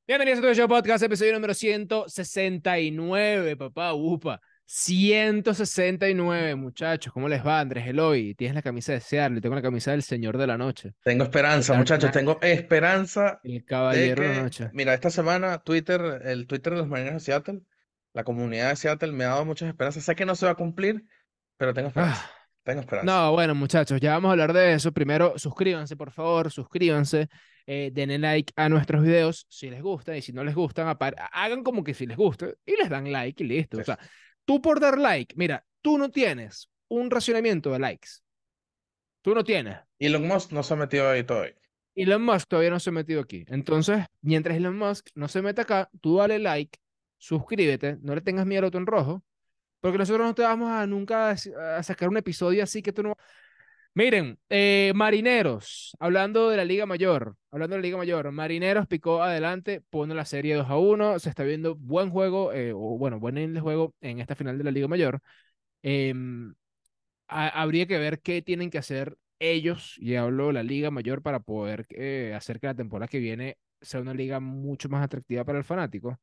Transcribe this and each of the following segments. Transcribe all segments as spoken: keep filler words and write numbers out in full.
Bienvenidos a tu show podcast, episodio número ciento sesenta y nueve, papá, upa. ciento sesenta y nueve, muchachos. ¿Cómo les va, Andrés Eloy? Tienes la camisa de Seattle, tengo la camisa del Señor de la Noche. Tengo The esperanza, Dark muchachos, Knight, tengo esperanza el de Caballero de la que, Noche. mira, esta semana Twitter, el Twitter de los Marineros de Seattle, la comunidad de Seattle me ha dado muchas esperanzas. Sé que no se va a cumplir, pero tengo esperanza. Ah, Tengo esperanza. no, bueno, muchachos, ya vamos a hablar de eso. Primero, suscríbanse, por favor, suscríbanse. Eh, denle like a nuestros videos si les gusta y si no les gustan, apar- hagan como que si les gusta y les dan like y listo. Sí. O sea, tú por dar like, mira, tú no tienes un racionamiento de likes. Tú no tienes. Elon Musk no se ha metido ahí todavía. Elon Musk todavía no se ha metido aquí. Entonces, mientras Elon Musk no se meta acá, tú dale like, suscríbete, no le tengas miedo al botón rojo, porque nosotros no te vamos a nunca a sacar un episodio así que tú no. Miren, eh, Marineros, hablando de la Liga Mayor, hablando de la Liga Mayor, Marineros picó adelante, pone la serie dos a uno, se está viendo buen juego, eh, o bueno, buen el juego en esta final de la Liga Mayor. Em, ha- habría que ver qué tienen que hacer ellos, y hablo de la Liga Mayor, para poder eh, hacer que la temporada que viene sea una liga mucho más atractiva para el fanático.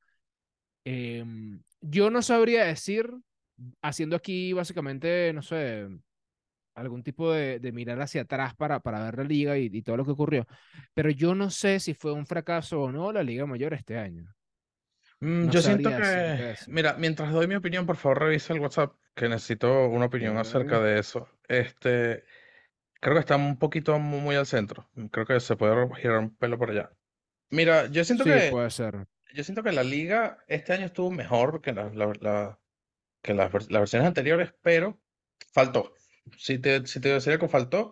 Em, yo no sabría decir, haciendo aquí básicamente, no sé, algún tipo de, de mirar hacia atrás para, para ver la liga y, y todo lo que ocurrió, pero yo no sé si fue un fracaso o no la Liga Mayor este año. Mm, No yo siento sabría que, decirte eso. mira, mientras doy mi opinión, por favor revisa el WhatsApp, que necesito una opinión acerca Ok. de eso. Este, creo que está un poquito mu- muy al centro. Creo que se puede girar un pelo por allá. Mira, yo siento Sí, que puede ser. Yo siento que la liga este año estuvo mejor que, la- la- la- que las, vers- las versiones anteriores, pero faltó. Si te, si te decía que faltó,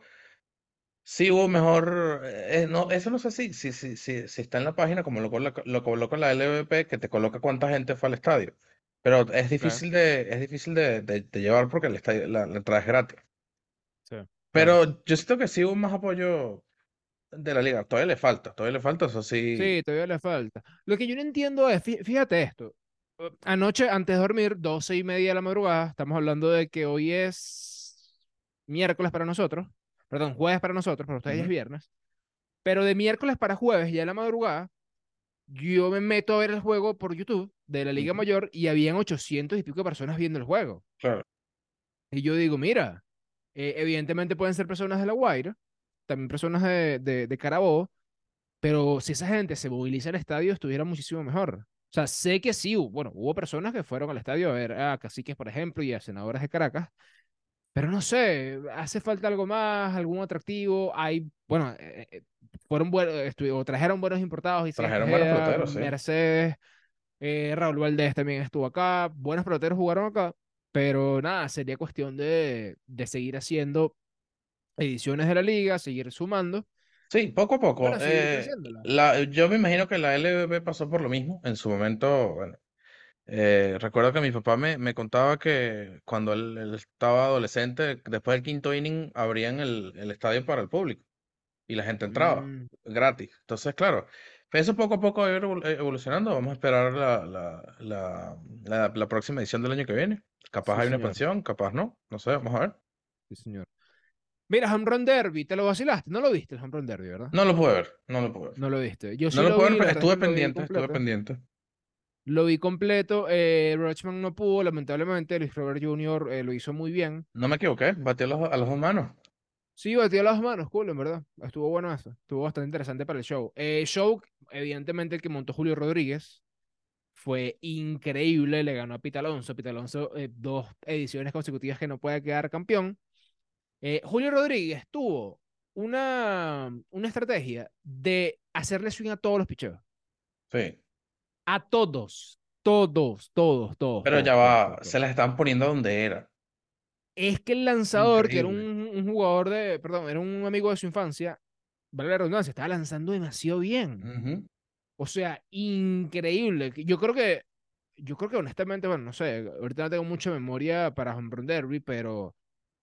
sí hubo mejor. Eh, eh, no, eso no sé si, si, si, si, si está en la página, como lo, coloca- lo coloca la L V P, que te coloca cuánta gente fue al estadio. Pero es Ok. difícil de, es difícil de, de- de llevar porque el estadio, la, la entrada es gratis. Sí, claro. Pero yo siento que sí hubo más apoyo de la liga. Todavía le falta, todavía le falta, eso sí. Sí, todavía le falta. Lo que yo no entiendo es, fí- fíjate esto. eh, Anoche, antes de dormir, doce y media de la madrugada, estamos hablando de que hoy es miércoles para nosotros, perdón, jueves para nosotros, para ustedes ya es Ujú, viernes, pero de miércoles para jueves, ya en la madrugada, yo me meto a ver el juego por YouTube de la Liga ujú, Mayor y habían ochocientos y pico de personas viendo el juego. claro. Y yo digo, mira, eh, evidentemente pueden ser personas de La Guaira, también personas de, de, de Carabobo, pero si esa gente se moviliza al estadio, estuviera muchísimo mejor. O sea, sé que sí, hu- bueno, hubo personas que fueron al estadio a ver a Caciques, por ejemplo, y a Senadores de Caracas, pero no sé, hace falta algo más, algún atractivo. Hay, bueno, eh, eh, fueron buenos, estu- o trajeron buenos importados, Isaías Trajeron buenos Tejeda, peloteros, sí. Mercedes, eh, Raúl Valdés también estuvo acá, buenos peloteros jugaron acá, pero nada, sería cuestión de, de seguir haciendo ediciones de la liga, seguir sumando, Sí, poco a y poco. bueno, seguir Eh, creciéndola. la, yo me imagino que la L V P pasó por lo mismo. En su momento, bueno, eh, recuerdo que mi papá me, me contaba que cuando él, él estaba adolescente, después del quinto inning, abrían el, el estadio para el público y la gente entraba Mm, gratis. Entonces, claro, eso poco a poco va a ir evol- eh, evolucionando. Vamos a esperar la, la, la, la, la próxima edición del año que viene. Capaz sí, hay una señor. expansión, capaz no. No sé, vamos a ver. Sí, señor. Mira, Home Run Derby, te lo vacilaste. No lo viste el Home Run Derby, ¿verdad? No lo pude ver, no lo pude ver. No lo viste. Yo No sí lo lo pude ver, vi, la pero verdad es estuve que lo vi pendiente, estuve completo. pendiente. Lo vi completo. Eh, Rochman no pudo, lamentablemente. Luis Robert junior eh, lo hizo muy bien. No me equivoqué, batió a los, a las dos manos. Sí, batió las manos, cool, en verdad. Estuvo bueno eso. Estuvo bastante interesante para el show. Eh, show, evidentemente, el que montó Julio Rodríguez. Fue increíble, le ganó a Pete Alonso. Pete Alonso, eh, dos ediciones consecutivas que no puede quedar campeón. Eh, Julio Rodríguez tuvo una, una estrategia de hacerle swing a todos los picheos. Sí. A todos, todos, todos, todos, Pero ya todos, todos, va, todos, todos. se las están poniendo donde era. Es que el lanzador, que era un, Increíble. un jugador de, perdón, era un amigo de su infancia, vale la redundancia, estaba lanzando demasiado bien. Ujú. O sea, increíble. Yo creo que, yo creo que honestamente, bueno, no sé, ahorita no tengo mucha memoria para Home Run Derby, pero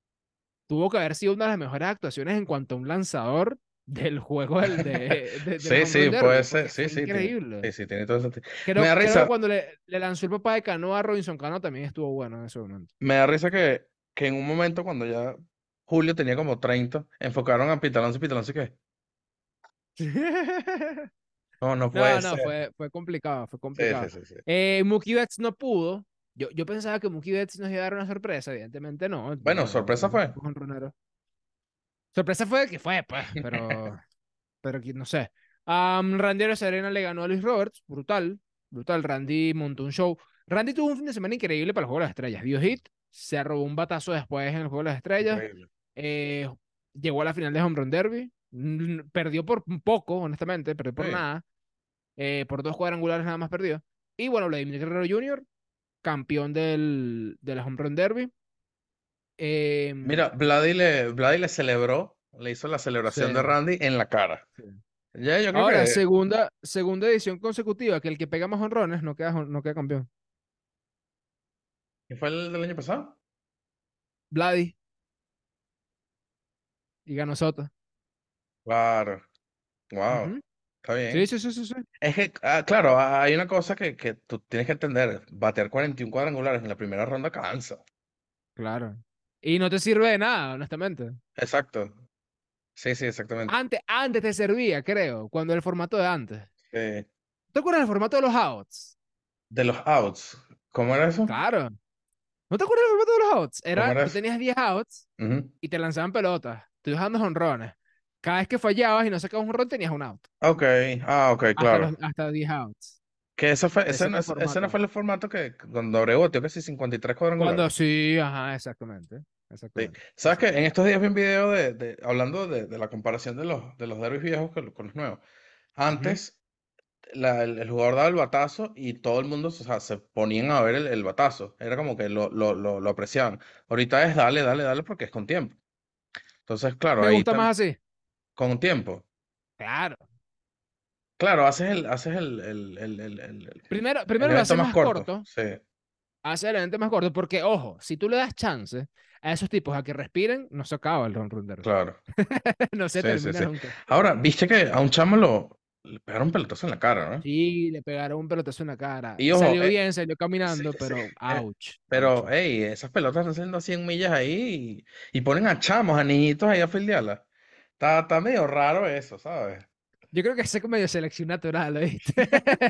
tuvo que haber sido una de las mejores actuaciones en cuanto a un lanzador del juego del, de, de- del Sí, Home Run sí, puede Derby, ser. porque Sí, fue sí, tiene, increíble. sí, sí, tiene todo ese. Me Creo, da creo que risa, cuando le, le lanzó el papá de Cano a Robinson Cano también estuvo bueno en ese momento. me da risa que, que en un momento cuando ya Julio tenía como treinta enfocaron a Pitalonso y Pitalonso, ¿qué? No, no puede No, no, ser. fue, fue complicado, fue Sí, sí, complicado. sí, sí. Eh, Mookie Betts no pudo. Yo, yo pensaba que Mookie Betts nos iba a dar una sorpresa, evidentemente no. Bueno, Bueno, sorpresa tenemos fue. pocos jonroneros. Sorpresa fue que fue, pues, pero, pero que no sé. Um, Randy Serena le ganó a Luis Roberts, brutal, brutal. Randy montó un show. Randy tuvo un fin de semana increíble para el Juego de las Estrellas. Dio hit, se robó un batazo después en el Juego de las Estrellas. Increíble. eh, Llegó a la final de Home Run Derby. Mm, Perdió por un poco, honestamente, perdió por Sí. nada. Eh, por dos cuadrangulares nada más perdió. Y bueno, Vladimir Guerrero junior, campeón del, de la Home Run Derby. Eh, Mira, Vladi le, Vladi le celebró, le hizo la sí, celebración de Randy en la cara. sí. Ya, yo creo Ahora, que segunda, segunda edición consecutiva, que el que pega más honrones no queda, no queda campeón. ¿qué fue el del año pasado? Vladi y ganó Soto. Claro. Wow. Ujú. Está Sí, bien. sí, sí, sí, sí. Es que, ah, claro, ah, hay una cosa que, que tú tienes que entender. Batear cuarenta y uno cuadrangulares en la primera ronda cansa. Claro. Y no te sirve de nada, honestamente. Exacto. Sí, sí, exactamente. Antes, antes te servía, creo, cuando el formato de antes. Sí. ¿Te acuerdas del formato de los outs? De los outs. ¿Cómo era eso? Claro. ¿No te acuerdas del formato de los outs? ¿Cómo Era, era tú eso? tenías diez outs Ujú. y te lanzaban pelotas. Tú ibas dando jonrones. Cada vez que fallabas y no sacabas un jonrón, tenías un out. Ok. Ah, ok, Hasta claro. los, hasta diez outs. Que ese fue, ese Ese no, era el es- ese no formato. fue el formato que cuando Abreu batió casi cincuenta y tres Cuando cuadrangulares. sí, ajá, exactamente. Sí. Exactamente. ¿Sabes qué? En Exactamente. estos días vi un video de, de- hablando de, de la comparación de los, de los derbis viejos con, con los nuevos. Ujú. Antes, la- el, el jugador daba el batazo y todo el mundo, o sea, se ponían a ver el, el batazo. Era como que lo, lo, lo, lo apreciaban. Ahorita es dale, dale, dale porque es con tiempo. Entonces, claro, Me ahí gusta están más así. con tiempo. Claro. Claro, haces el, haces el, el, el, el, el- el- Primero, el primero lo evento haces más más corto. corto. Sí, Haces el evento más corto. Porque, ojo, si tú le das chance a esos tipos a que respiren, no se acaba el round runner. claro. No se Sí, sí, termina sí. nunca. Ahora, viste que a un chamo lo le pegaron un pelotazo en la cara, ¿no? Sí, le pegaron un pelotazo en la cara. Y ojo, Salió eh, bien, salió sí, caminando, sí. pero eh, ouch, ouch, pero, ouch. hey, esas pelotas están haciendo cien millas ahí y, y ponen a chamos, a niñitos ahí a fildearlas. Está, está medio raro eso, ¿sabes? Yo creo que es como medio selección natural, ¿viste?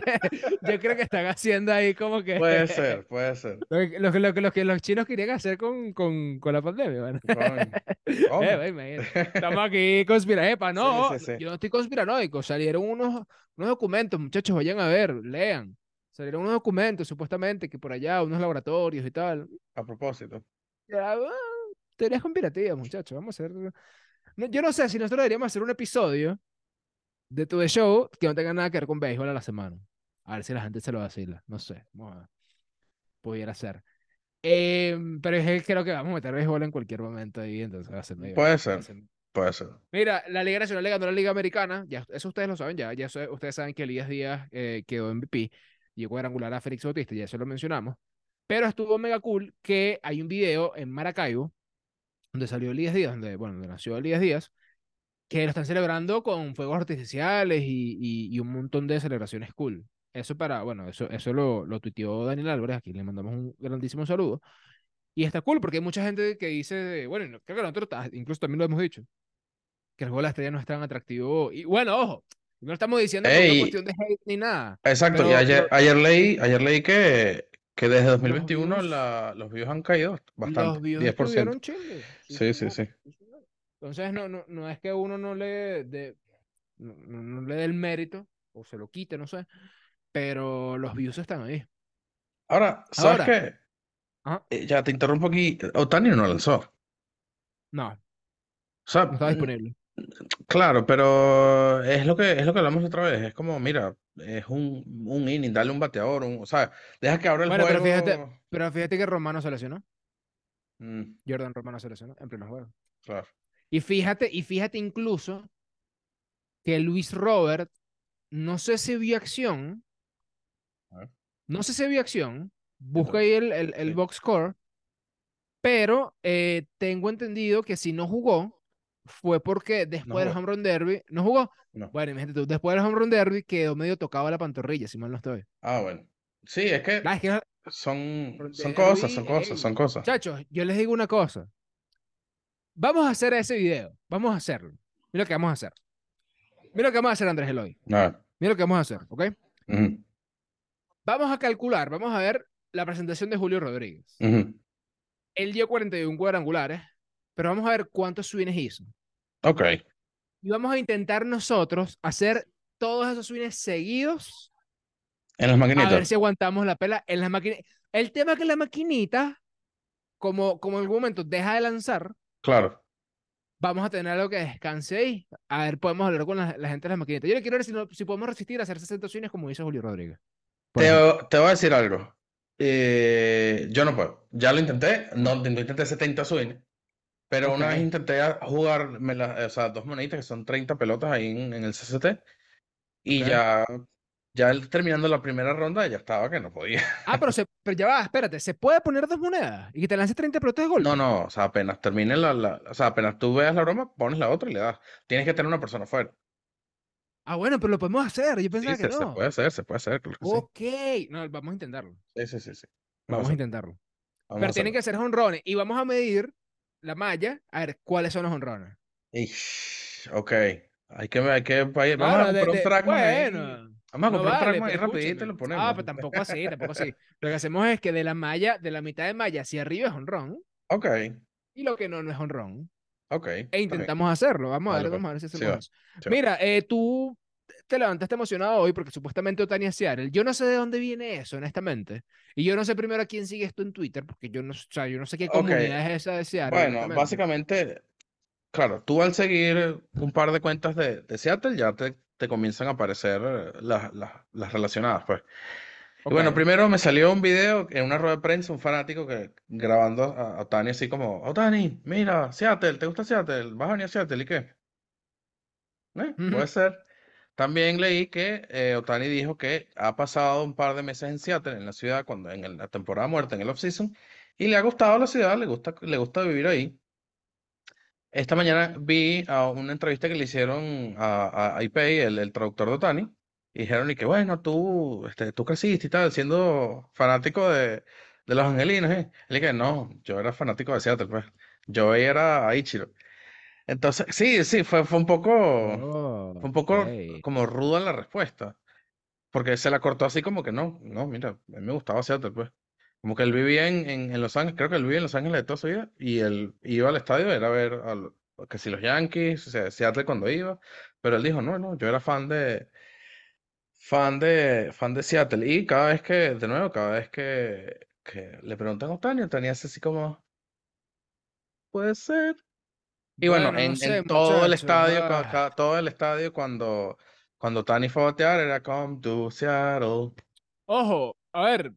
Yo creo que están haciendo ahí como que Puede ser, puede ser. lo, que, lo, que, lo que lo que los chinos querían hacer con, con, con la pandemia, bueno. Coño. Eh, ¿Cómo? güey, imagínate. Estamos aquí conspirando. Epa, Sí, no, sí, sí. yo no estoy conspiranoico. Salieron unos, unos documentos, muchachos, vayan a ver, lean. Salieron unos documentos, supuestamente, que por allá, unos laboratorios y tal. A propósito. Ya, ah, teorías conspirativas, muchachos. Vamos a hacer. No, yo no sé si nosotros deberíamos hacer un episodio de tu show que no tenga nada que ver con béisbol a la semana. A ver si la gente se lo vacila. No sé. Vamos a ver. Pudiera ser. Eh, pero es que creo que vamos a meter béisbol en cualquier momento ahí, entonces va a ser medio. Puede Va a ser, ser- puede ser. Mira, la Liga Nacional le ganó a la Liga Americana. Ya, eso ustedes lo saben ya. Ya eso- ustedes saben que Elías Díaz eh, quedó M V P. Llegó a cuadrangular a Félix Bautista, ya eso lo mencionamos. Pero estuvo mega cool que hay un video en Maracaibo, donde salió Elías Díaz, donde, bueno, donde nació Elías Díaz, que lo están celebrando con fuegos artificiales y, y, y un montón de celebraciones cool. Eso para, bueno, eso, eso lo, lo tuiteó Daniel Álvarez, aquí le mandamos un grandísimo saludo. Y está cool porque hay mucha gente que dice, bueno, no- creo que nosotros ta- incluso también lo hemos dicho, que el juego de la estrella no es tan atractivo. Y bueno, ojo, no lo estamos diciendo por una Ey, cuestión de hate ni nada, exacto. Y pero ayer, lo- ayer leí, ayer leí que, que desde los dos mil veintiuno views, la, los views han caído bastante, los views diez por ciento. estuvieron chimbo. Sí, Sí, sí, señor. sí. Sí, señor. Entonces, no, no, no es que uno no le dé no, no- no le dé el mérito o se lo quite, no sé, pero los views están ahí. Ahora, ¿sabes Ahora, qué? ajá, Eh, ya te interrumpo aquí. Otani no lanzó. no, O sea, no está mm, disponible. claro, pero es lo que es lo que hablamos otra vez. Es como, mira, es un, un inning, dale un bateador, un, o sea, deja que abra el Bueno, pero fíjate, juego. pero fíjate que Romano se lesionó. Mm, Jordan Romano se lesionó en pleno juego. claro. Y fíjate, y fíjate incluso que Luis Robert, no sé si vio acción, A ver, no sé si vio acción, busca entonces, ahí el, el, el sí, box score, pero eh, tengo entendido que si no jugó, fue porque no después del jugó. Home Run Derby, ¿no jugó? No. Bueno, imagínate tú, después del Home Run Derby quedó medio tocado la pantorrilla, si mal no estoy. Ah, bueno. Sí, es que Ah, es que el Home son, Run son cosas, son Derby, cosas, ey, son cosas. muchachos, yo les digo una cosa, vamos a hacer ese video, vamos a hacerlo. Mira lo que vamos a hacer. Mira lo que vamos a hacer, Andrés Eloy. A ver. Mira lo que vamos a hacer, ¿ok? Ujú, Vamos a calcular, vamos a ver la presentación de Julio Rodríguez. ujú. Él dio cuarenta y uno cuadrangulares, pero vamos a ver cuántos swings hizo. Ok. Y vamos a intentar nosotros hacer todos esos swings seguidos En las a ver maquinitas. si aguantamos la pela en las maquinitas. El tema es que la maquinita, como, como en algún momento deja de lanzar, Claro. vamos a tener algo que descanse ahí. A ver, podemos hablar con la, la gente de las maquinitas. Yo le quiero ver si, no- si podemos resistir a hacer sesenta swings como hizo Julio Rodríguez, por Te, ejemplo. te voy a decir algo. Eh, yo no puedo. Ya lo intenté. No, no intenté setenta swings. Pero Ok. una vez intenté a- jugar, me la- o sea, dos moneditas que son treinta pelotas ahí en, en el C C T. Ok. Y ya, ya el- terminando la primera ronda, ya estaba que no podía. Ah, pero, se, pero ya va, espérate, ¿se puede poner dos monedas y que te lance treinta pelotas de No, golpe? no, o sea, apenas termine la, la- o sea, apenas tú veas la broma, pones la otra y le das. Tienes que tener una persona fuera. Ah, bueno, pero lo podemos hacer. Yo Sí, pensaba que se, se no. puede hacer, se puede hacer, claro que sí. Ok. No, vamos a intentarlo. Sí, sí, sí, sí. Vamos Vamos a a hacerlo. intentarlo. Vamos a Pero tienen hacerlo. que ser honrones y vamos a medir la malla a ver cuáles son los honrones. Ish, ok. Hay que, hay que, vaya- vamos a Claro, de, comprar un de, Trackman ahí. bueno, Vamos a no comprar un vale, Trackman pero ahí rapidito y escúchame. lo Ah, ponemos. pues tampoco así, tampoco así. Lo que hacemos es que de la malla, de la mitad de malla hacia arriba es honrón Ok, y lo que no, no es honrón. ok, E está bien. intentamos hacerlo. Vamos a Dale, ver, pues. vamos a ver si Sí hacemos va. eso. Sí va. Mira, eh, tú te levantaste emocionado hoy porque supuestamente Otani es Seattle. Yo no sé de dónde viene eso, honestamente. Y yo no sé primero a quién sigue esto en Twitter, porque yo no, o sea, yo no sé qué Ok, comunidad es esa de Seattle, bueno, honestamente. básicamente, claro, tú al seguir un par de cuentas de, de Seattle ya te, te comienzan a aparecer eh, las, las, las relacionadas, pues. Y bueno, Ok. primero me salió un video en una rueda de prensa, un fanático que grabando a, a Otani así como, Otani, mira, Seattle, ¿te gusta Seattle? ¿Vas a venir a Seattle? ¿Y qué? Eh, Ujú. puede ser. También leí que eh, Otani dijo que ha pasado un par de meses en Seattle, en la ciudad, cuando en el- la temporada muerta, en el off-season, y le ha gustado la ciudad, le gusta, le gusta vivir ahí. Esta mañana vi a una entrevista que le hicieron a, a, a Ipei, el, el traductor de Otani, y dijeron y que bueno, tú, este, tú creciste y tal, siendo fanático de, de los angelinos, ¿eh? Y le dije, no, yo era fanático de Seattle, pues. Yo era a Ichiro. Entonces, sí, sí, fue, fue un poco, Oh, fue un ok. poco como ruda la respuesta. Porque se la cortó así como que no, no, mira, a mí me gustaba Seattle, pues. Como que él vivía en, en, en Los Ángeles, creo que él vivía en Los Ángeles de toda su vida, y él iba al estadio, era a ver a lo- que si los Yankees, o sea, Seattle cuando iba, pero él dijo, no, no, yo era fan de, fan de, fan de Seattle, y cada vez que, de nuevo, cada vez que, que le preguntan a Otani, Otani hace así como, puede ser. Y bueno, Bueno, no en, sé, en todo el muchachos. estadio, ca- Ah. ca- todo el estadio, cuando, cuando Otani fue a batear, era come to Seattle. Ojo, a ver,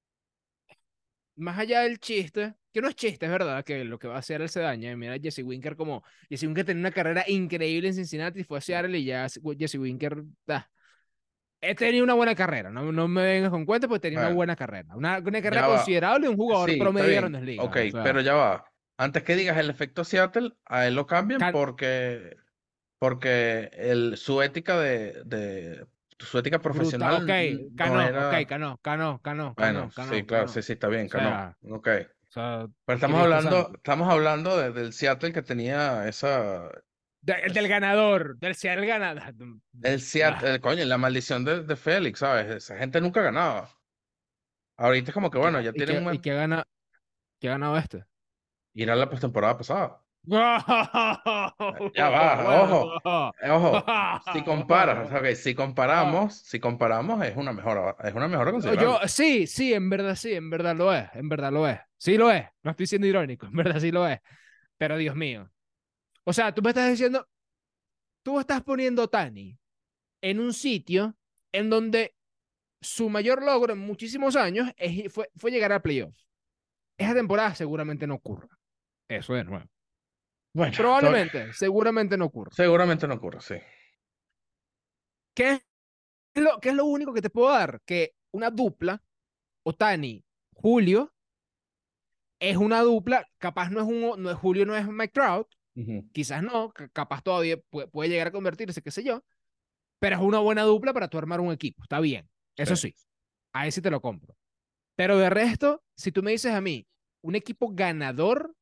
más allá del chiste, que no es chiste, es verdad, que lo que va a hacer él se daña. Mira, Jesse Winker como. Jesse Winker tenía una carrera increíble en Cincinnati, fue a Seattle y ya Jesse Winker. ah, He tenido una buena carrera, no, no me vengas con cuenta, porque tenía una Bueno, buena carrera. Una, una carrera ya va. considerable de un jugador Sí, está promedio de bien. Grandes Ok, Ligas. O pero sea, ya va. Antes que digas el efecto Seattle, a él lo cambian can- porque, porque el, su ética de, de su ética brutal. Ok, profesional no Cano, ok, era. Cano, Cano, Cano, Bueno, Cano, sí, Cano, claro, Cano. sí, sí, está bien, O Cano. sea, Ok. o sea, Pero estamos Cristo hablando, Santo. estamos hablando de- del Seattle que tenía esa. De- el del ganador, del Seattle ganador. El Seattle, el, coño, la maldición de, de Félix, ¿sabes? Esa gente nunca ganaba. Ahorita es como que, ¿Y qué, bueno, ya y tienen qué, un y buen. qué gana, qué ha ganado este? Ir a la postemporada pasada. Ya va, Bueno, ojo, eh, ojo. Si comparas, ok, si comparamos, si comparamos, es una mejora, es una mejora yo, yo, considerable. sí, sí, en verdad sí, en verdad lo es, en verdad lo es. Sí lo es, no estoy siendo irónico, en verdad sí lo es. Pero Dios mío. O sea, tú me estás diciendo, tú estás poniendo a Tani en un sitio en donde su mayor logro en muchísimos años es- fue, fue llegar a playoffs. Esa temporada seguramente no ocurra. Eso de nuevo. Bueno, to- Probablemente, seguramente no ocurra. seguramente no ocurre, sí. ¿Qué es lo, qué es lo único que te puedo dar? Que una dupla, Otani, Julio, es una dupla, capaz no es un, no es Julio, no es Mike Trout, Ujú, quizás no, capaz todavía puede, puede llegar a convertirse, qué sé yo, pero es una buena dupla para tú armar un equipo, está bien, sí. eso sí, ahí sí te lo compro. Pero de resto, si tú me dices a mí, un equipo ganador,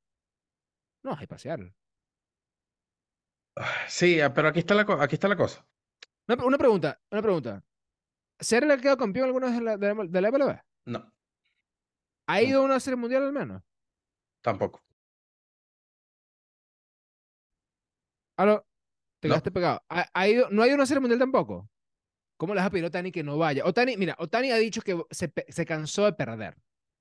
no, hay pasear. Sí, ah, pero aquí está la, co- aquí está la cosa. Una, una pregunta, una pregunta. ¿Ser le ha quedado campeón alguna vez de la, de la, de la M L B? No, ¿Ha ido a nunca, una serie mundial al menos? tampoco. Aló, te No. quedaste pegado. ¿Ha, ha ido, ¿no ha ido a una serie mundial tampoco? ¿Cómo le vas a pedir a Otani que no vaya? Otani, mira, Otani ha dicho que se, pe- se cansó de perder.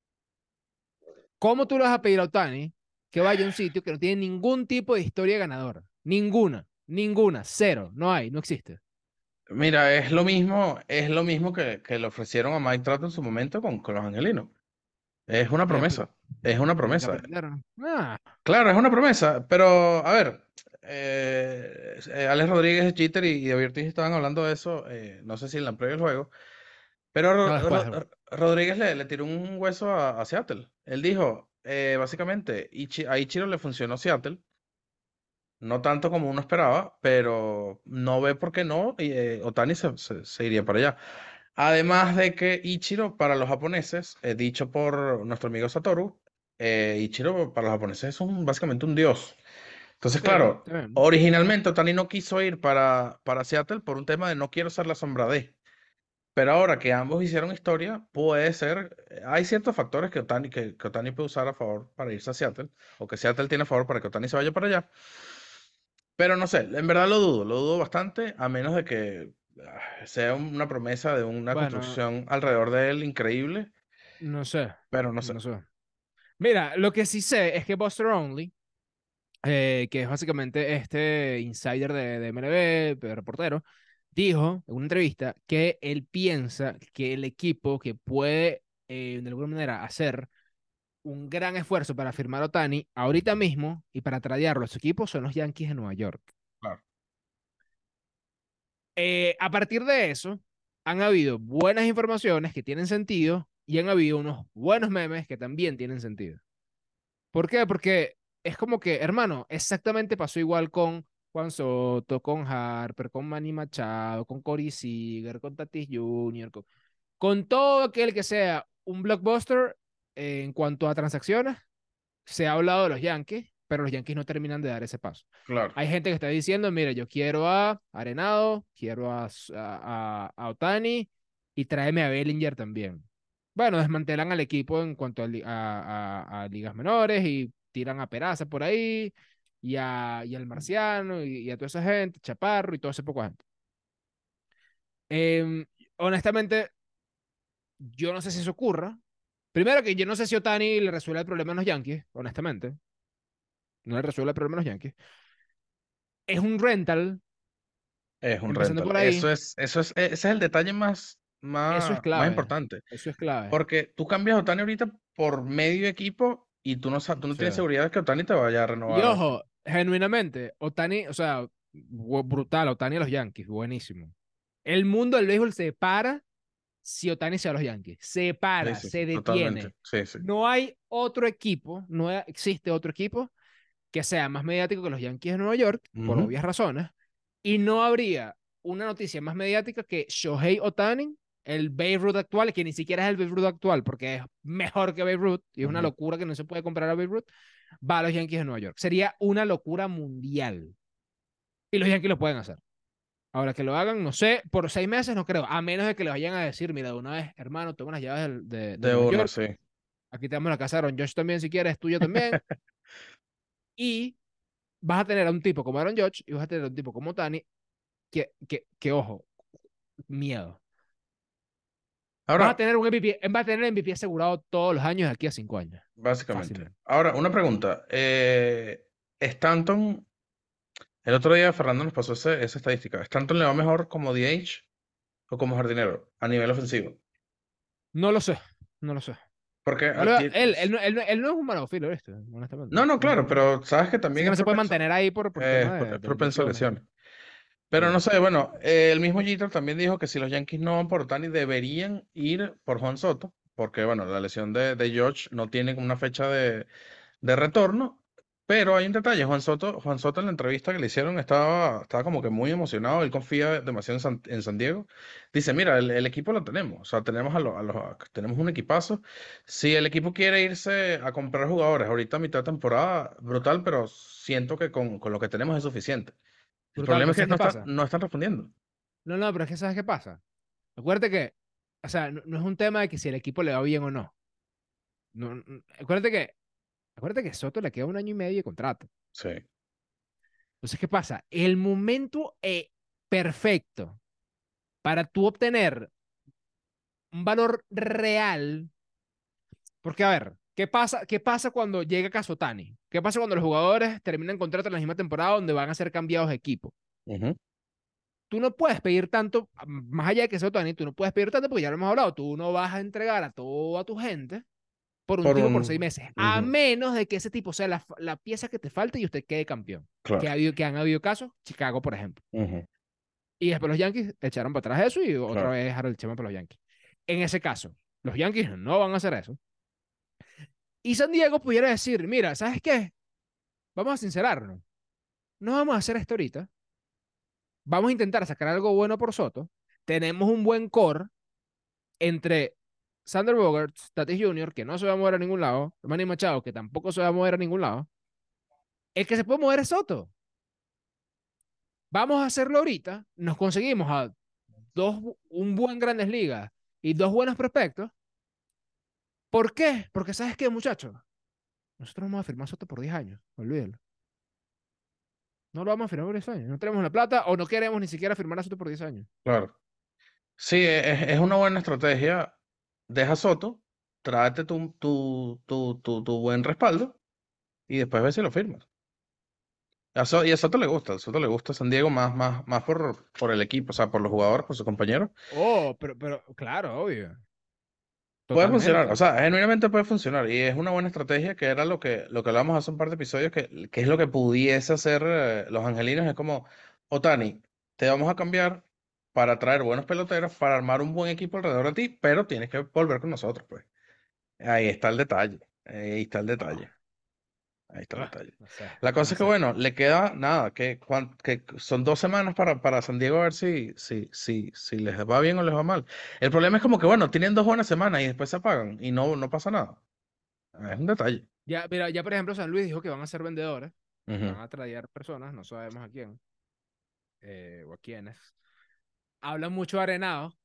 ¿Cómo tú le vas a pedir a Otani que vaya a un sitio que no tiene ningún tipo de historia ganadora? Ninguna, ninguna, cero, no hay, no existe. Mira, es lo mismo, es lo mismo que, que le ofrecieron a Mike Trout en su momento con, con los angelinos. Es una Tienen que, promesa, es una tienen que promesa. aprender. Ah, Claro, es una promesa, pero a ver, eh, eh, Alex Rodríguez, Jeter y, y David Ortiz estaban hablando de eso, eh, no sé si en la previa del juego, pero no, Ro- después. Ro- Rodríguez le, le tiró un hueso a, a Seattle. Él dijo, eh, básicamente, Ichi- a Ichiro le funcionó Seattle, no tanto como uno esperaba, pero no ve por qué no, y eh, Ohtani se, se- se iría para allá. Además de que Ichiro para los japoneses, eh, dicho por nuestro amigo Satoru, eh, Ichiro para los japoneses es un, básicamente un dios. Entonces, Sí, claro, está bien. originalmente Ohtani no quiso ir para, para Seattle por un tema de no quiero ser la sombra de. Pero ahora que ambos hicieron historia, puede ser, eh, hay ciertos factores que Ohtani, que, que Ohtani puede usar a favor para irse a Seattle, o que Seattle tiene a favor para que Ohtani se vaya para allá. Pero no sé, en verdad lo dudo, lo dudo bastante, a menos de que ah, sea una promesa de una Bueno, construcción alrededor de él increíble, no sé, pero no sé. no sé. Mira, lo que sí sé es que Buster Only, eh, que es básicamente este insider de, de M L B, de reportero, dijo en una entrevista que él piensa que el equipo que puede eh, de alguna manera hacer un gran esfuerzo para firmar a Otani ahorita mismo y para tradearlo a su equipo son los Yankees de Nueva York. Claro, Eh, a partir de eso, han habido buenas informaciones que tienen sentido y han habido unos buenos memes que también tienen sentido. ¿Por qué? Porque es como que, hermano, exactamente pasó igual con Juan Soto, con Harper, con Manny Machado, con Corey Seager, con Tatis junior, con, con todo aquel que sea un blockbuster eh, en cuanto a transacciones. Se ha hablado de los Yankees, pero los Yankees no terminan de dar ese paso. claro. Hay gente que está diciendo, mira, yo quiero a Arenado, quiero a, a, a Otani y tráeme a Bellinger también. Bueno, desmantelan al equipo en cuanto a, a, a, a ligas menores y tiran a Peraza por ahí y, a, y al Marciano y, y, a toda esa gente, Chaparro y toda esa poca gente. Eh, honestamente, yo no sé si eso ocurra. Primero que yo no sé si Otani le resuelve el problema a los Yankees, honestamente. No le resuelve el problema a los Yankees. Es un rental, Es un empezando rental. por Eso ahí. es, eso es, ese es el detalle más, Eso es más, más clave. importante. Eso es clave. Porque tú cambias a Otani ahorita por medio equipo y tú no, sa- tú no Sí. tienes seguridad de que Otani te vaya a Y renovar. ojo, genuinamente, Otani, o sea, bu- brutal, Otani a los Yankees, buenísimo. El mundo del béisbol se para si Otani se va a los Yankees. Se Sí, para, sí, se totalmente. detiene. Sí, sí. No hay otro equipo, no existe otro equipo que sea más mediático que los Yankees de Nueva York, por Ujú, obvias razones, y no habría una noticia más mediática que Shohei Otani, el Babe Ruth actual, que ni siquiera es el Babe Ruth actual, porque es mejor que Babe Ruth, y es una ujú. locura que no se puede comprar a Babe Ruth, va a los Yankees de Nueva York. Sería una locura mundial. Y los Yankees lo pueden hacer. Ahora que lo hagan, no sé, por seis meses no creo, a menos de que le vayan a decir, mira, de una vez, hermano, toma las llaves de, de, de De Nueva una, York, sí. aquí tenemos la casa de Aaron Josh también, si quieres, tuyo también, y vas a tener a un tipo como Aaron Judge y vas a tener a un tipo como Tani que, que, que ojo, miedo. Vas a Ahora, tener un M V P, vas a tener M V P asegurado todos los años de aquí a cinco años. básicamente. Fácilmente. Ahora, una pregunta. Eh, Stanton, el otro día Fernando nos pasó ese- esa estadística. ¿Stanton le va mejor como D H o como jardinero a nivel ofensivo? No lo sé, no lo sé. Porque No ah, le va- ti- él, él, no- él, no- él no es un malofilo, ¿viste? Honestamente. no, no, No, claro, no. pero sabes que Sé también que es no se puede propenso, mantener ahí por, por eh, es tema pro- de, es de propenso a lesiones. lesiones. Pero no Sí. sé, bueno, eh, el mismo Jeter también dijo que si los Yankees no van por Otani, deberían ir por Juan Soto, porque bueno, la lesión de, de George no tiene como una fecha de, de retorno. Pero hay un detalle, Juan Soto, Juan Soto en la entrevista que le hicieron estaba, estaba como que muy emocionado, él confía demasiado en San, en San Diego. Dice, mira, el, el equipo lo tenemos, o sea, tenemos a los, a los, a- tenemos un equipazo. Si el equipo quiere irse a comprar jugadores ahorita a mitad de temporada, brutal, pero siento que con, con lo que tenemos es suficiente. El Brutal. problema Pero es que ¿sabes no qué están, pasa? no están respondiendo. No, no, pero es que ¿sabes qué pasa? Acuérdate que, o sea, no, no es un tema de que si el equipo le va bien o no. No, no, acuérdate que, acuérdate que Soto le queda un año y medio de contrato. Sí. Entonces, ¿qué pasa? El momento eh, perfecto para tú obtener un valor real, porque a ver, ¿qué pasa, qué pasa cuando llega Casotani? ¿Qué pasa cuando los jugadores terminan contrato en la misma temporada donde van a ser cambiados de equipo? Ujú. Tú no puedes pedir tanto, más allá de que sea Otani, tú no puedes pedir tanto porque ya lo hemos hablado, tú no vas a entregar a toda tu gente por un Por tipo un... por seis meses, a ujú. menos de que ese tipo sea la, la pieza que te falte y usted quede campeón. Que, ha Claro. habido, que han habido casos, Chicago, por ejemplo. Ujú. Y después los Yankees echaron para atrás eso y otra Claro. vez Harold Chapman para los Yankees. En ese caso, los Yankees no van a hacer eso. Y San Diego pudiera decir, mira, ¿sabes qué? Vamos a sincerarnos. No vamos a hacer esto ahorita. Vamos a intentar sacar algo bueno por Soto. Tenemos un buen core entre Sander Bogarts, Tatis junior, que no se va a mover a ningún lado, Manny Machado, que tampoco se va a mover a ningún lado. El que se puede mover es Soto. Vamos a hacerlo ahorita. Nos conseguimos a dos, un buen Grandes Ligas y dos buenos prospectos. ¿Por qué? Porque ¿sabes qué, muchachos? Nosotros vamos a firmar a Soto por diez años. Olvídalo. No lo vamos a firmar por diez años. No tenemos la plata o no queremos ni siquiera firmar a Soto por diez años. Claro. Sí, es, es una buena estrategia. Deja Soto, tráete tu, tu, tu, tu, tu buen respaldo y después ve si lo firmas. A So- y a Soto le gusta, a Soto le gusta San Diego más, más, más por, por el equipo, o sea, por los jugadores, por sus compañeros. Oh, pero, pero, claro, obvio. Puede funcionar, o Totalmente. sea, genuinamente puede funcionar y es una buena estrategia que era lo que, lo que hablábamos hace un par de episodios, que, que es lo que pudiese hacer eh, los angelinos. Es como, Otani, te vamos a cambiar para traer buenos peloteros, para armar un buen equipo alrededor de ti, pero tienes que volver con nosotros, pues. Ahí está el detalle, ahí está el Ah, detalle, ahí está el ah, detalle. no sé, La cosa no es que, sé. bueno, le queda nada, que, cuan- que son dos semanas para, para San Diego a ver si, si, si, si les va bien o les va mal. El problema es como que, bueno, tienen dos buenas semanas y después se apagan y no, no pasa nada. Es un detalle. Ya, mira, ya por ejemplo San Luis dijo que van a ser vendedores, Ujú. van a traer personas, no sabemos a quién eh, o a quiénes. Hablan mucho de Arenado,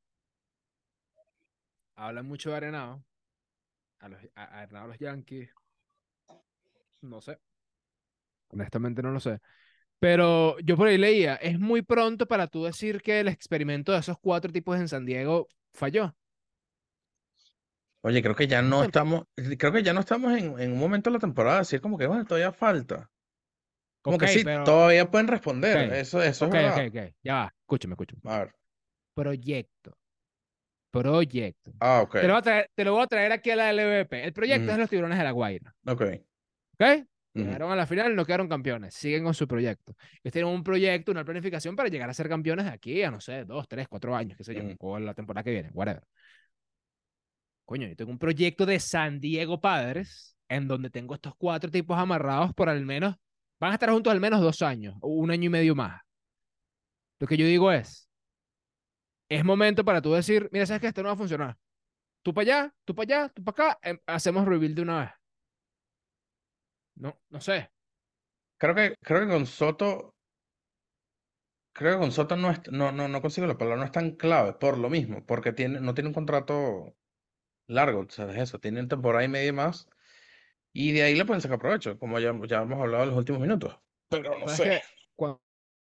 hablan mucho de Arenado, a, los, a, a Arenado a los Yankees, no sé, honestamente no lo sé. Pero yo por ahí leía, es muy pronto para tú decir que el experimento de esos cuatro tipos en San Diego falló. Oye, creo que ya Es no tem- estamos, creo que ya no estamos en, en un momento de la temporada, así como que, bueno, todavía falta. Como Ok, que sí, pero, todavía pueden ok, responder, eso, eso es ok, ok, verdad. ok, ya va, escúchame, escúchame, A escúchame. ver, Proyecto, proyecto. ah, ok. Te lo voy a traer, te lo voy a traer aquí a la L V P. El proyecto es Ujú. de los Tiburones de la Guaira. Ok. ¿Ok? Ujú. Llegaron a la final y no quedaron campeones. Siguen con su proyecto. Ellos tienen un proyecto, una planificación para llegar a ser campeones de aquí a, no sé, dos, tres, cuatro años, qué sé yo, Ujú. o la temporada que viene, whatever. Coño, yo tengo un proyecto de San Diego Padres en donde tengo estos cuatro tipos amarrados por al menos, van a estar juntos al menos dos años, o un año y medio más. Lo que yo digo es, es momento para tú decir, mira, sabes que esto no va a funcionar. Tú para allá, tú para allá, tú para acá, em, hacemos rebuild de una vez. No, no sé. Creo que, creo que con Soto, creo que con Soto no, es, no, no, no consigo la palabra, no es tan clave, por lo mismo, porque tiene, no tiene un contrato largo, o sea, es eso, tiene temporada y media más, y de ahí le pueden sacar provecho, como ya, ya hemos hablado en los últimos minutos. Pero no ¿Sabes sé, qué? Cuando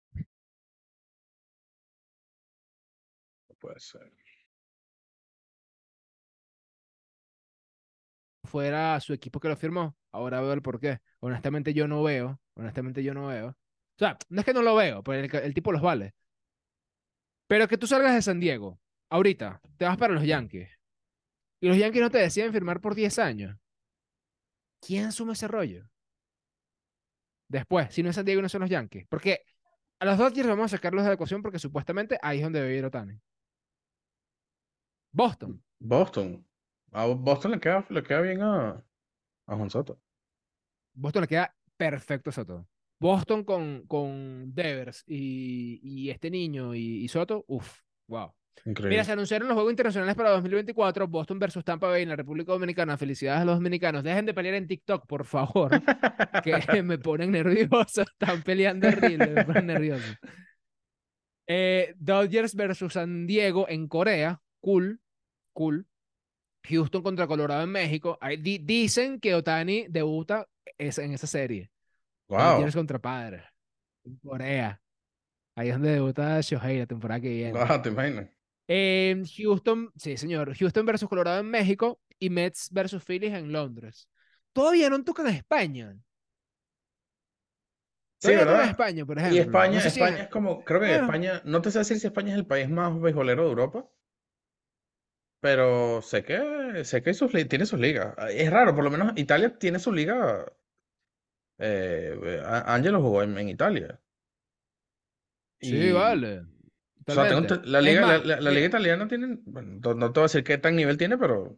no puede ser. fuera su equipo que lo firmó, ahora veo el porqué. Honestamente yo no veo, honestamente yo no veo. O sea, no es que no lo veo, pues el, el tipo los vale. Pero que tú salgas de San Diego, ahorita, te vas para los Yankees, y los Yankees no te deciden firmar por diez años. ¿Quién asume ese rollo? Después, si no es San Diego y no son los Yankees. Porque a los Dodgers vamos a sacarlos de la ecuación porque supuestamente ahí es donde debe ir Otani. Boston. Boston. A Boston le queda, le queda bien a, a Juan Soto. Boston le queda perfecto Soto. Boston con, con Devers y, y este niño y, y Soto, uff, wow. Mira, Increíble. se anunciaron los Juegos Internacionales para dos mil veinticuatro, Boston versus Tampa Bay en la República Dominicana. Felicidades a los dominicanos. Dejen de pelear en TikTok, por favor, que me ponen nervioso. Están peleando horrible, me ponen nervioso. Eh, Dodgers versus San Diego en Corea. Cool, cool. Houston contra Colorado en México. Ahí di- dicen que Otani debuta es- en esa serie. Dodgers Wow, contra Padres. En Corea. Ahí es donde debuta Shohei la temporada que viene. wow, te imaginas. En Houston, sí, señor. Houston versus Colorado en México y Mets versus Phillies en Londres. Todavía no tocan España. Sí, Todavía no tocan ¿verdad? España, por Y ejemplo. No España, sé si España es. es como, creo que Bueno, España, no te sé decir si España es el país más beisbolero de Europa, pero sé que, sé que sus li- tiene sus ligas. Es raro, por lo menos Italia tiene su liga. Eh, A- Angelo jugó en, en Italia. sí, Y, vale. o sea, tengo Totalmente. ent- la Es liga, la, más, la- la liga mira, italiana tiene, bueno, no, no te voy a decir qué tan nivel tiene, pero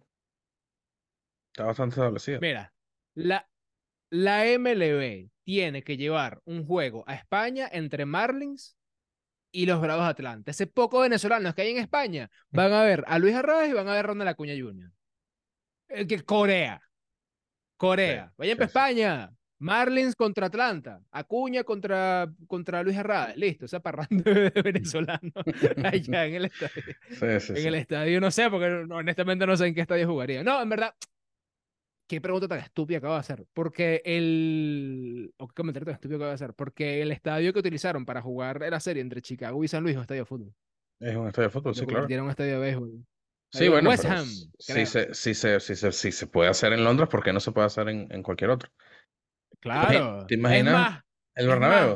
está bastante establecida. mira. La, la M L B tiene que llevar un juego a España entre Marlins y los Bravos de Atlanta. Ese poco venezolanos que hay en España van a ver a Luis Arraez y van a ver a Ronald Acuña junior Eh, que Corea, Sí, Corea. Vayan para sí, sí. España. Marlins contra Atlanta. Acuña contra, contra Luis Arraez. Listo, esa parranda de venezolano allá en el estadio. Sí, sí, En sí. el estadio, no sé, porque no, honestamente no sé en qué estadio jugaría. No, en verdad, qué pregunta tan estúpida acabo de hacer. Porque el. O qué comentario tan estúpido acabo de hacer. Porque el estadio que utilizaron para jugar la serie entre Chicago y San Luis es un estadio de fútbol. Es un estadio de fútbol, Y lo sí, claro. convirtieron en un estadio de béisbol. Sí, Estadio del bueno, West pero s- Ham, si creo. se, si se, si se, si se puede hacer en Londres, ¿por qué no se puede hacer en, en cualquier otro? ¿Te imagi- Claro. te Es imaginas más, el es más. Bernabéu?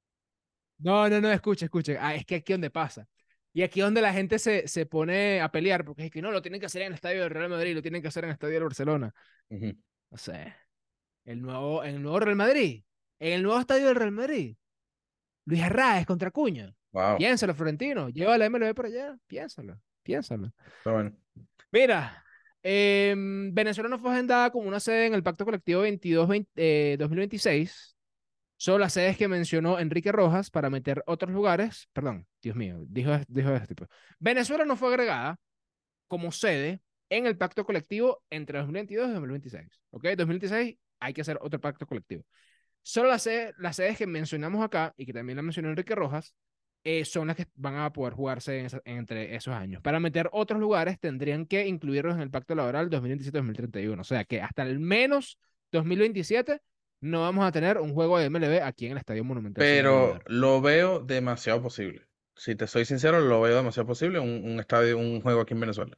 No, no, no, escucha, escucha. Ah, es que aquí es donde pasa. Y aquí es donde la gente se, se pone a pelear, porque es que no, lo tienen que hacer en el estadio del Real Madrid, lo tienen que hacer en el estadio del Barcelona. Ujú. No sé. El nuevo, el nuevo Real Madrid. En el nuevo estadio del Real Madrid. Luis Arraez contra Cuña. Wow, Piénsalo, Florentino. Lleva la M L B por allá. Piénsalo. Piénsalo. está bueno. Mira, em, Venezuela no fue agendada como una sede en el Pacto Colectivo veintidós veinte, eh, dos mil veintiséis. Son las sedes que mencionó Enrique Rojas para meter otros lugares. Perdón, Dios mío, dijo, dijo este tipo. Venezuela no fue agregada como sede en el pacto colectivo entre dos mil veintidós y dos mil veintiséis. ¿Ok? dos mil veintiséis hay que hacer otro pacto colectivo. Solo las sedes, las sedes que mencionamos acá y que también la mencionó Enrique Rojas eh, son las que van a poder jugarse en esa- entre esos años. Para meter otros lugares tendrían que incluirlos en el pacto laboral dos mil veintisiete dos mil treinta y uno. O sea que hasta el menos dos mil veintisiete no vamos a tener un juego de M L B aquí en el Estadio Monumental Simón Pero Bolívar. lo veo demasiado posible. Si te soy sincero, lo veo demasiado posible un, un estadio, un juego aquí en Venezuela.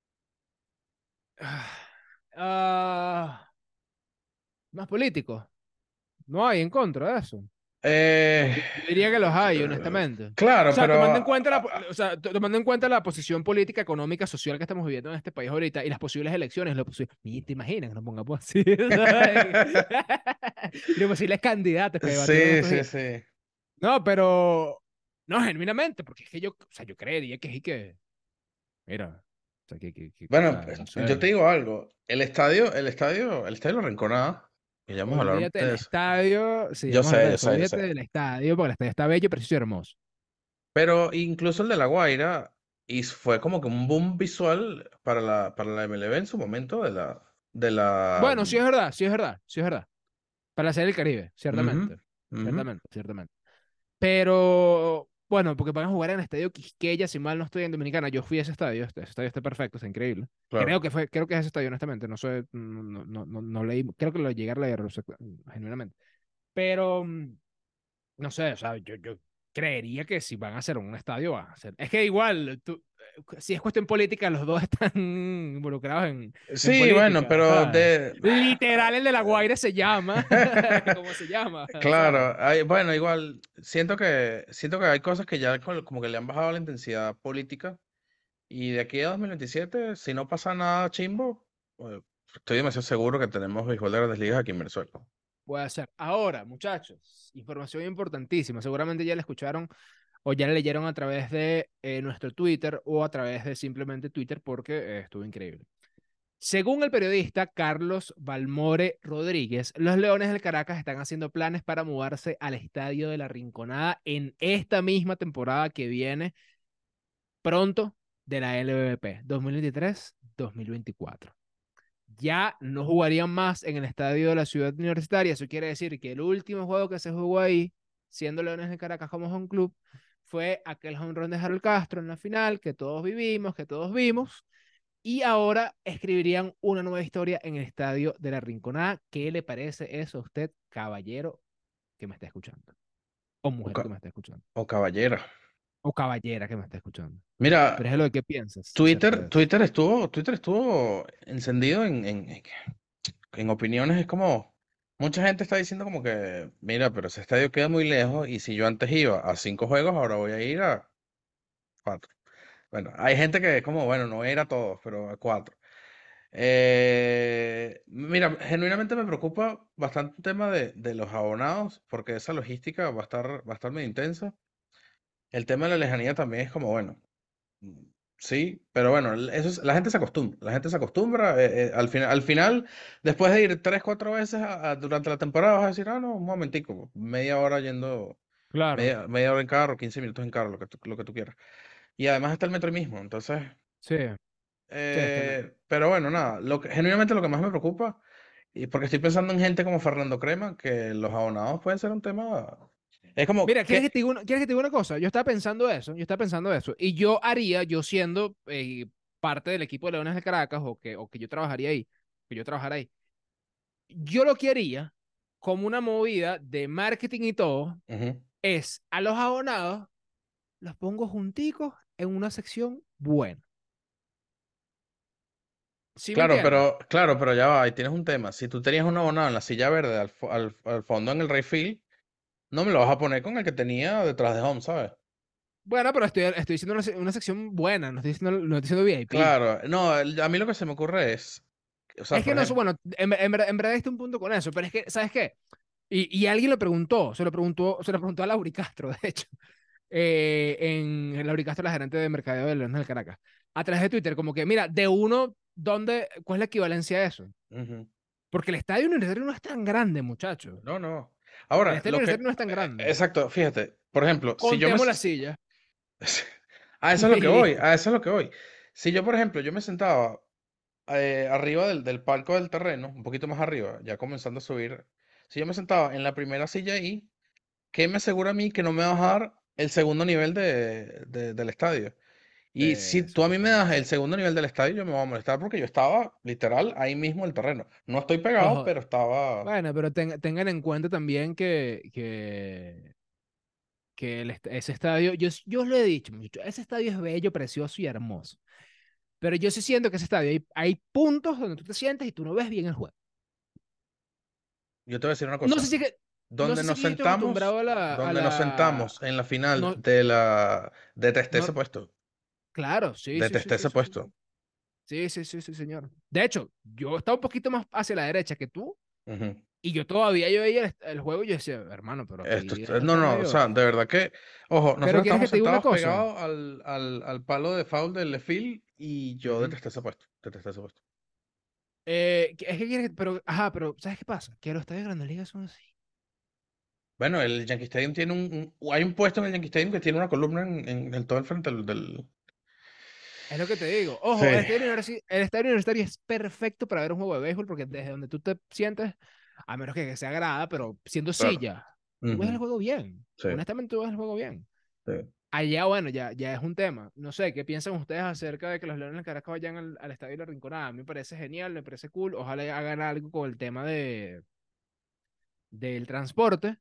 Ah, más políticos. No hay en contra de eso. Eh, Yo, yo diría que los hay, eh, honestamente. O claro, sea, pero tomando en ah, cuenta la, po- ah, o sea, to- tomando en cuenta la posición política, económica, social que estamos viviendo en este país ahorita y las posibles elecciones, lo posi- ni te imaginas que nos pongamos así, ¿sabes? Y los posibles candidatos que debatieron sí, estos sí, días. sí. No, pero no, genuinamente, porque es que yo, o sea, yo creería que sí que, mira, o sea, que, que, que- o Bueno, sea, pues, no yo sé. te digo algo. El estadio, el estadio, el estadio La Rinconada, que ya vamos a hablar Olvídate de del eso. estadio, sí, Yo vamos a hablar sé, de yo eso. sé, yo Olvídate sé. del estadio, porque el estadio está bello, precioso y hermoso. Pero incluso el de La Guaira, y fue como que un boom visual para la, para la M L B en su momento de la, de la, Bueno, sí es verdad, sí es verdad, sí es verdad. Para hacer el Caribe, ujú, ciertamente. ujú, Ciertamente, ciertamente. Pero, bueno, porque van a jugar en el estadio Quisqueya, si mal no estoy en Dominicana. Yo fui a ese estadio, este, ese estadio está perfecto, está increíble. claro. Creo que fue, creo que es ese estadio, honestamente. No sé, no, no, no, no, no leí, creo que lo llegué a leer, o sea, genuinamente. Pero, mm, no sé, o sea, yo, yo creería que si van a hacer un estadio, van a hacer. Es que igual, tú, eh, si es cuestión política, los dos están involucrados en, en Sí, bueno, política, pero ¿sabes? de... Literal, el de La Guaira se llama, ¿cómo se llama? ¿Sabes? Claro, hay- bueno, igual, siento que, siento que hay cosas que ya co- como que le han bajado la intensidad política y de aquí a dos mil veintisiete, si no pasa nada chimbo, pues, estoy demasiado seguro que tenemos béisbol de Grandes Ligas aquí en Venezuela. Puede ser. Ahora, muchachos, información importantísima. Seguramente ya la escucharon o ya la leyeron a través de eh, nuestro Twitter o a través de simplemente Twitter porque eh, estuvo increíble. Según el periodista Carlos Balmore Rodríguez, los Leones del Caracas están haciendo planes para mudarse al Estadio de la Rinconada en esta misma temporada que viene pronto de la L V P dos mil veintitrés dos mil veinticuatro. Ya no jugarían más en el estadio de la ciudad universitaria. Eso quiere decir que el último juego que se jugó ahí, siendo Leones de Caracas como home club, fue aquel home run de Harold Castro en la final, que todos vivimos, que todos vimos, y ahora escribirían una nueva historia en el estadio de la Rinconada. ¿Qué le parece eso a usted, caballero que me está escuchando? O O, mujer que ca- me está escuchando. o caballera. O caballera que me está escuchando. Pero Mira, es lo que piensas acerca Twitter, de eso. Twitter estuvo, Twitter estuvo encendido en, en, en- en opiniones. Es como, mucha gente está diciendo como que, mira, pero ese estadio queda muy lejos y si yo antes iba a cinco juegos, ahora voy a ir a cuatro. Bueno, hay gente que es como, bueno, no voy a ir a todos, pero a cuatro. Eh, mira, genuinamente me preocupa bastante el tema de, de los abonados, porque esa logística va a estar, va a estar muy intensa. El tema de la lejanía también es como, bueno, mm, sí, pero bueno, el- eso es- la gente se acostumbra, la gente se acostumbra. Eh, eh, al final, al final, después de ir tres, cuatro veces a- a- durante la temporada, vas a decir, ah, no, un momentico, media hora yendo, Claro, media, media hora en carro, quince minutos en carro, lo que tú, lo que tú quieras. Y además está el metro ahí mismo, entonces, sí, sí, está el metro. eh, pero bueno, nada, lo que, genuinamente lo que más me preocupa, y porque estoy pensando en gente como Fernando Crema, que los abonados pueden ser un tema, es como Mira, ¿quieres que que, te diga una, ¿quieres que te diga una cosa? Yo estaba pensando eso, yo estaba pensando eso. Y yo haría, yo siendo eh, parte del equipo de Leones de Caracas, o que, o que yo trabajaría ahí, que yo trabajara ahí, yo lo que haría, como una movida de marketing y todo, ujú. es a los abonados, los pongo junticos en una sección buena. ¿Sí me Claro, entiendes? pero, claro, pero ya va, ahí tienes un tema. Si tú tenías un abonado en la silla verde al, fo- al- al fondo en el Rayfield, no me lo vas a poner con el que tenía detrás de Home, ¿sabes? Bueno, pero estoy, estoy diciendo una, se- una sección buena, no estoy diciendo, no estoy diciendo V I P. Claro, no, el- a mí lo que se me ocurre es, o sea, Es por que no, sé, ejemplo, bueno, en, en verdad, en verdad este un punto con eso, pero es que, ¿sabes qué? Y, y alguien le preguntó, se lo preguntó, se lo preguntó a Lauri Castro, de hecho, eh, en Lauri Castro, la gerente de mercadeo de Leones del Caracas, a través de Twitter, como que, mira, de uno, ¿dónde, cuál es la equivalencia a eso? ujú, Porque el estadio universitario no es tan grande, muchacho. no, no. El Ahora, estadio lo que, universitario no es tan eh, grande. exacto, fíjate, por ejemplo, si yo me, Contemos la s- silla a eso es lo y que voy, listo. a eso es lo que voy. Si yo, por ejemplo, yo me sentaba eh, arriba del, del palco del terreno, un poquito más arriba, ya comenzando a subir, si yo me sentaba en la primera silla ahí, ¿qué me asegura a mí que no me va a bajar el segundo nivel de, de- del estadio? Y si Eh, tú a mí me das el supuestamente. segundo nivel del estadio, yo me voy a molestar porque yo estaba literal ahí mismo en el terreno. No estoy pegado, Ojo, pero estaba... bueno, pero ten- tengan en cuenta también que, que, que el est- ese estadio, yo, yo os lo he dicho, muchachos, ese estadio es bello, precioso y hermoso. Pero yo sí siento que ese estadio hay, hay puntos donde tú te sientes y tú no ves bien el juego. Yo te voy a decir una No sé cosa. si que, no Donde sé si nos que yo estoy acostumbrado sentamos, a la, a donde nos la, sentamos en la final no, de la... Detesté ese no, puesto. claro, sí, sí, sí, Detesté sí, ese sí, sí, puesto. sí, sí, sí, sí, señor. De hecho, yo estaba un poquito más hacia la derecha que tú Ujú. y yo todavía yo veía el, el juego y yo decía, hermano, pero Esto, aquí es- esto no, está no, o sea, medio... de verdad que, ojo, nosotros Pero ¿quieres que estamos te diga una sentados cosa? pegados al, al, al palo de foul del Lefil y yo Ujú. detesté ese puesto. Detesté ese puesto. Eh, que- es que quieres, pero, ajá, pero ¿sabes qué pasa? Que los estadios de Grandes Ligas son así. Bueno, el Yankee Stadium tiene un, un- hay un puesto en el Yankee Stadium que tiene una columna en, en, en todo el frente del, del- Es lo que te digo. Ojo, el Sí, estadio universi- el estadio universitario es perfecto para ver un juego de béisbol porque desde donde tú te sientes, a menos que sea grada, pero siendo claro. silla, tú ves el Ujú, juego bien. sí, Honestamente, tú ves el juego bien. sí. Allá, bueno, ya, ya es un tema. No sé, ¿qué piensan ustedes acerca de que los Leones del Caracas vayan al, al estadio de la Rinconada? A mí me parece genial, me parece cool. Ojalá hagan algo con el tema de, del transporte.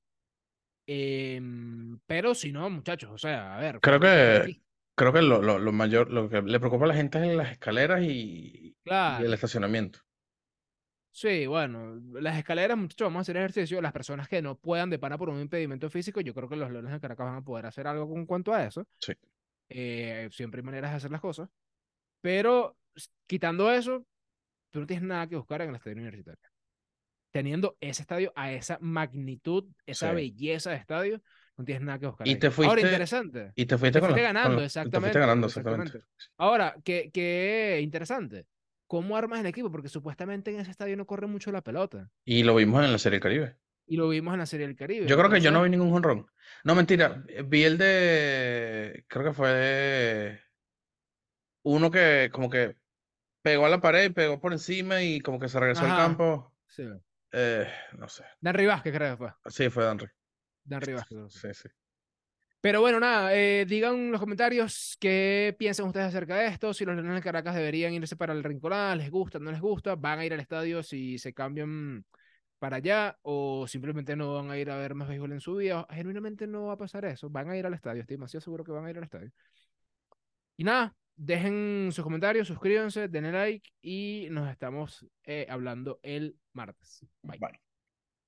Em, pero si no, muchachos, o sea, a ver, Creo fútbol que, caracas. creo que lo, lo, lo mayor, lo que le preocupa a la gente es las escaleras y, y el Claro. estacionamiento. Sí, bueno, las escaleras, muchachos, vamos a hacer ejercicio. Las personas que no puedan de pana por un impedimento físico, yo creo que los Leones de Caracas van a poder hacer algo con cuanto a eso. Sí. Eh, siempre hay maneras de hacer las cosas. Pero s- quitando eso, tú no tienes nada que buscar en el estadio universitario. Teniendo ese estadio a esa magnitud, Sí. esa belleza de estadio, no tienes nada que buscar Y ahí. te Ahora, fuiste, interesante. y te fuiste Te con fuiste los, con ganando, los, y te fuiste exactamente, ganando, exactamente. exactamente. Ahora, qué, qué interesante. ¿Cómo armas el equipo? Porque supuestamente en ese estadio no corre mucho la pelota. Y lo vimos en la Serie del Caribe. Y lo vimos en la Serie del Yo Caribe. creo que yo no Entonces, vi ningún jonrón. No, mentira. eh, Vi el de, creo que fue uno que como que pegó a la pared, pegó por encima y como que se regresó al ajá. campo. Sí. Eh, no sé. Dan Vázquez, creo que fue. Sí, fue Danry. Dan Vázquez, creo que fue. Sí, sí. Pero bueno, nada, eh, digan en los comentarios qué piensan ustedes acerca de esto, si los Leones del Caracas deberían irse para el Rinconada, les gusta, no les gusta, van a ir al estadio si se cambian para allá o simplemente no van a ir a ver más béisbol en su vida. Genuinamente no va a pasar eso, van a ir al estadio, estoy demasiado seguro que van a ir al estadio. Y nada, dejen sus comentarios, suscríbanse, denle like y nos estamos eh, hablando el martes. Bye. Bye.